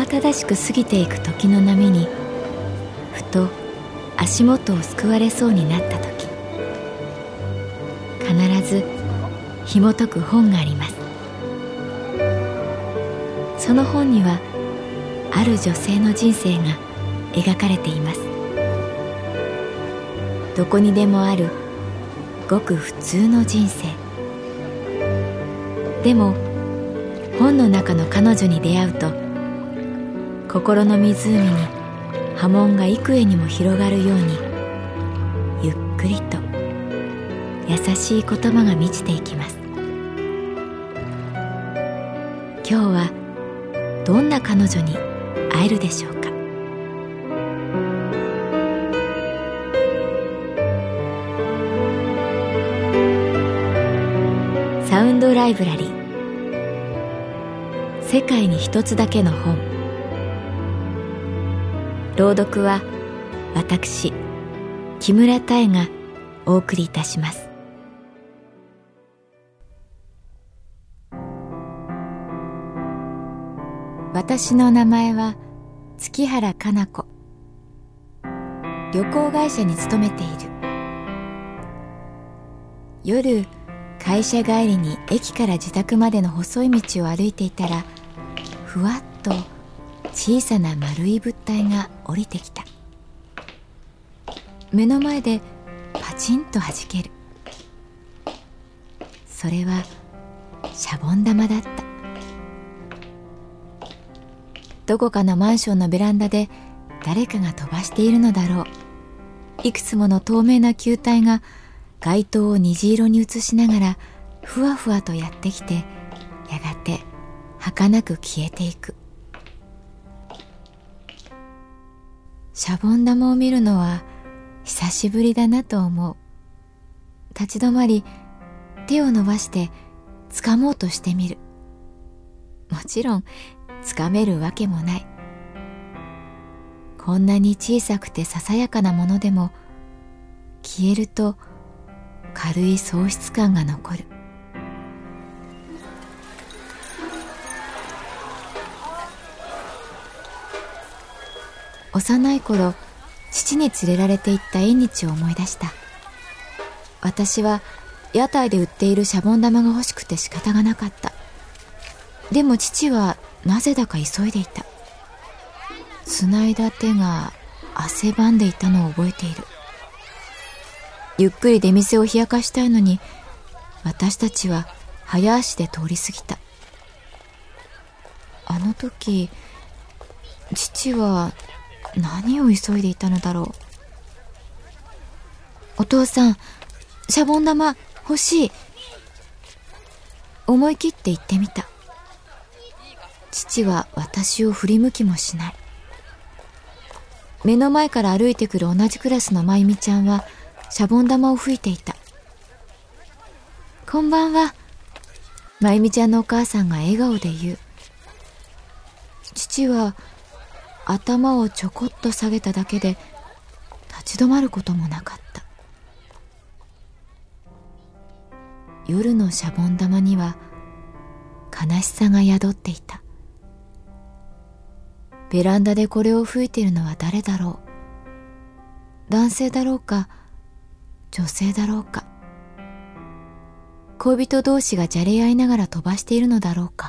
慌ただしく過ぎていく時の波にふと足元をすくわれそうになった時、必ず紐解く本があります。その本にはある女性の人生が描かれています。どこにでもあるごく普通の人生でも、本の中の彼女に出会うと心の湖に波紋が幾重にも広がるように、ゆっくりと優しい言葉が満ちていきます。今日はどんな彼女に会えるでしょうか。サウンドライブラリー、世界に一つだけの本。朗読は私木村多江がお送りいたします。私の名前は月原かな子。旅行会社に勤めている。夜会社帰りに駅から自宅までの細い道を歩いていたら、ふわっと小さな丸い物体が降りてきた。目の前でパチンと弾ける。それはシャボン玉だった。どこかのマンションのベランダで誰かが飛ばしているのだろう。いくつもの透明な球体が街灯を虹色に映しながらふわふわとやってきて、やがて儚く消えていく。シャボン玉を見るのは久しぶりだなと思う。立ち止まり、手を伸ばして掴もうとしてみる。もちろん掴めるわけもない。こんなに小さくてささやかなものでも消えると軽い喪失感が残る。幼い頃、父に連れられて行った縁日を思い出した。私は屋台で売っているシャボン玉が欲しくて仕方がなかった。でも父はなぜだか急いでいた。つないだ手が汗ばんでいたのを覚えている。ゆっくり出店を冷やかしたいのに、私たちは早足で通り過ぎた。あの時、父は何を急いでいたのだろう。お父さん、シャボン玉欲しい。思い切って言ってみた。父は私を振り向きもしない。目の前から歩いてくる同じクラスのまゆみちゃんはシャボン玉を吹いていた。こんばんは。まゆみちゃんのお母さんが笑顔で言う。父は頭をちょこっと下げただけで立ち止まることもなかった。夜のシャボン玉には悲しさが宿っていた。ベランダでこれを吹いているのは誰だろう。男性だろうか、女性だろうか。恋人同士がじゃれ合いながら飛ばしているのだろうか。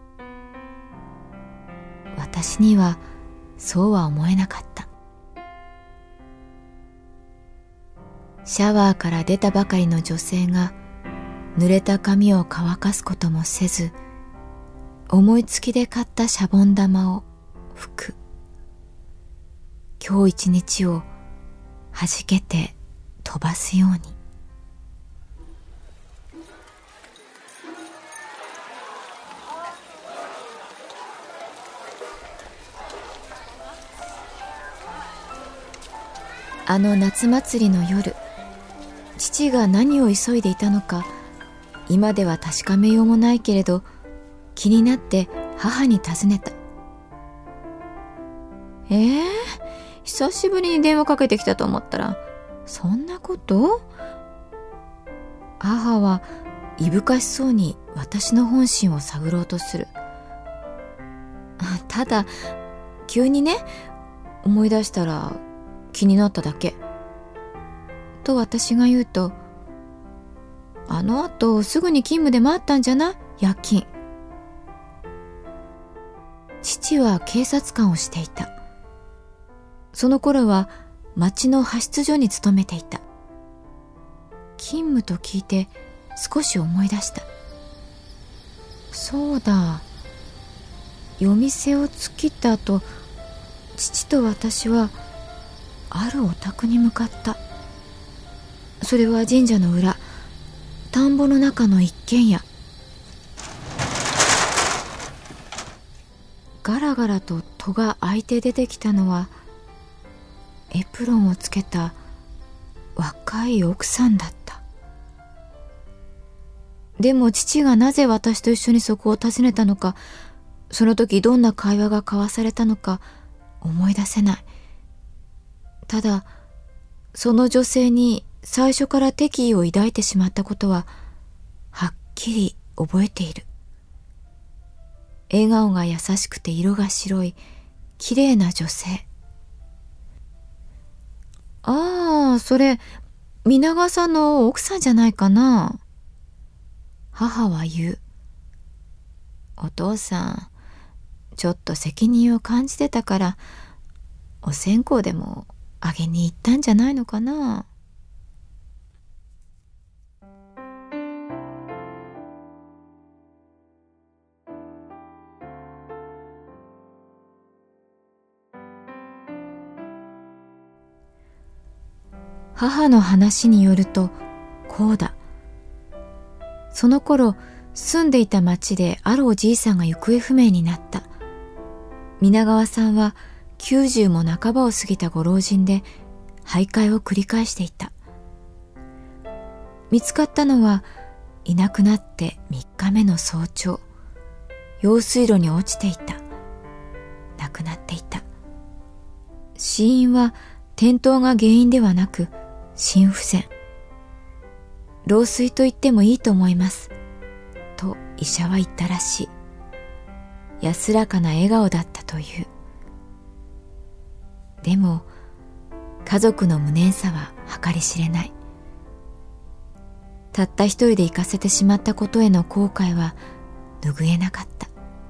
私にはそうは思えなかった。シャワーから出たばかりの女性が濡れた髪を乾かすこともせず、思いつきで買ったシャボン玉を吹く。今日一日をはじけて飛ばすように。あの夏祭りの夜、父が何を急いでいたのか今では確かめようもないけれど、気になって母に尋ねた。久しぶりに電話かけてきたと思ったらそんなこと？母はいぶかしそうに私の本心を探ろうとする。ただ急にね、思い出したら気になっただけ。と私が言うと、あの後すぐに勤務でもあったんじゃない？夜勤。父は警察官をしていた。その頃は町の派出所に勤めていた。勤務と聞いて少し思い出した。そうだ。夜店を突っ切った後、父と私はあるお宅に向かった。それは神社の裏、田んぼの中の一軒家。ガラガラと戸が開いて出てきたのは、エプロンをつけた若い奥さんだった。でも父がなぜ私と一緒にそこを訪ねたのか、その時どんな会話が交わされたのか思い出せない。ただ、その女性に最初から敵意を抱いてしまったことははっきり覚えている。笑顔が優しくて色が白い綺麗な女性。ああ、それ皆川さんの奥さんじゃないかな。母は言う。お父さん、ちょっと責任を感じてたからお線香でもあげに行ったんじゃないのかな。母の話によるとこうだ。その頃住んでいた町であるおじいさんが行方不明になった。皆川さんは90も半ばを過ぎたご老人で徘徊を繰り返していた。見つかったのはいなくなって3日目の早朝。用水路に落ちていた。亡くなっていた。死因は転倒が原因ではなく心不全。老衰と言ってもいいと思いますと医者は言ったらしい。安らかな笑顔だったという。でも家族の無念さは計り知れない。たった一人で行かせてしまったことへの後悔は拭えなかった。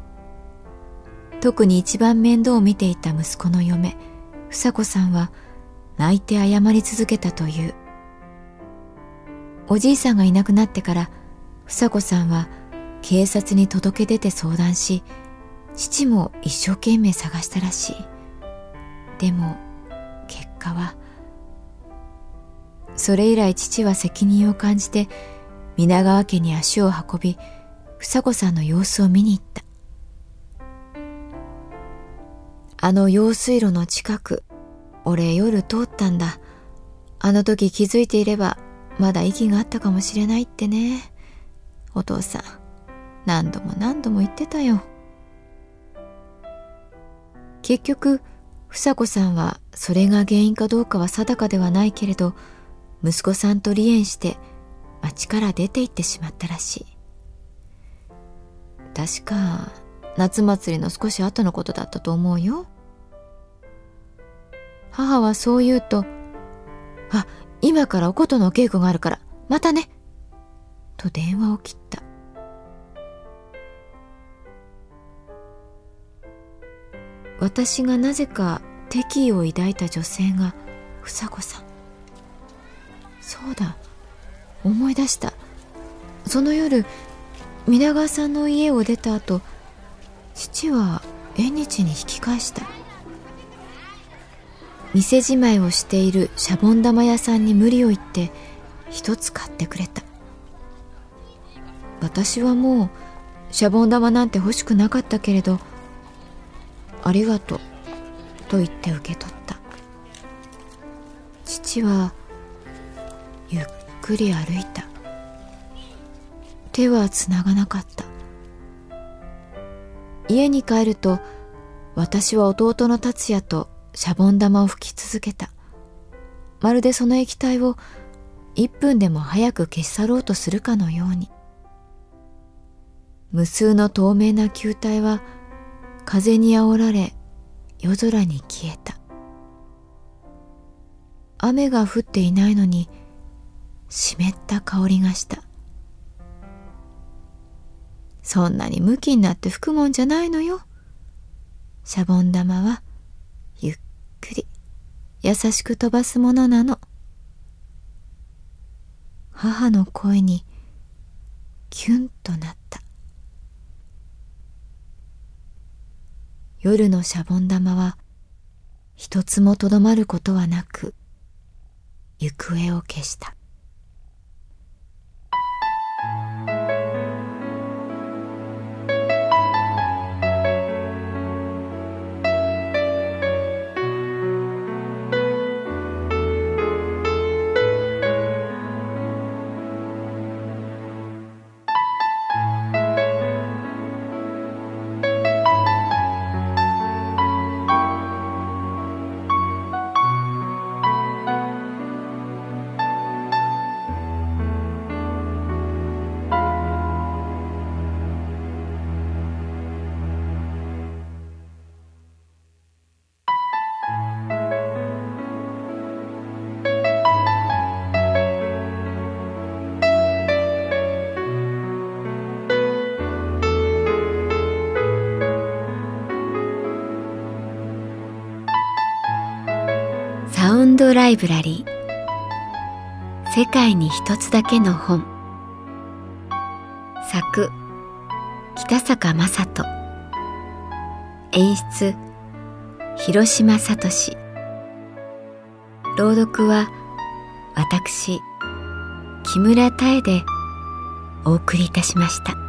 特に一番面倒を見ていた息子の嫁房子さんは泣いて謝り続けたという。おじいさんがいなくなってから房子さんは警察に届け出て相談し、父も一生懸命探したらしい。でも結果は。それ以来父は責任を感じて皆川家に足を運び、房子さんの様子を見に行った。あの用水路の近く、俺夜通ったんだ。あの時気づいていればまだ息があったかもしれないってね。お父さん何度も何度も言ってたよ。結局房子さんはそれが原因かどうかは定かではないけれど、息子さんと離縁して町から出て行ってしまったらしい。確か夏祭りの少し後のことだったと思うよ。母はそう言うと、あ、今からお琴のお稽古があるからまたねと電話を切った。私がなぜか敵意を抱いた女性が房子さん。そうだ、思い出した。その夜皆川さんの家を出た後、父は縁日に引き返した。店じまいをしているシャボン玉屋さんに無理を言って一つ買ってくれた。私はもうシャボン玉なんて欲しくなかったけれど、ありがとうと言って受け取った。父はゆっくり歩いた。手はつながなかった。家に帰ると私は弟の達也とシャボン玉を吹き続けた。まるでその液体を1分でも早く消し去ろうとするかのように。無数の透明な球体は風にあおられ夜空に消えた。雨が降っていないのに湿った香りがした。そんなにムキになって吹くもんじゃないのよ。シャボン玉はゆっくり優しく飛ばすものなの。母の声にキュンとなった。夜のシャボン玉は一つもとどまることはなく行方を消した。サウンドライブラリー、世界に一つだけの本。作北坂雅人、演出広島聡、朗読は私木村多江でお送りいたしました。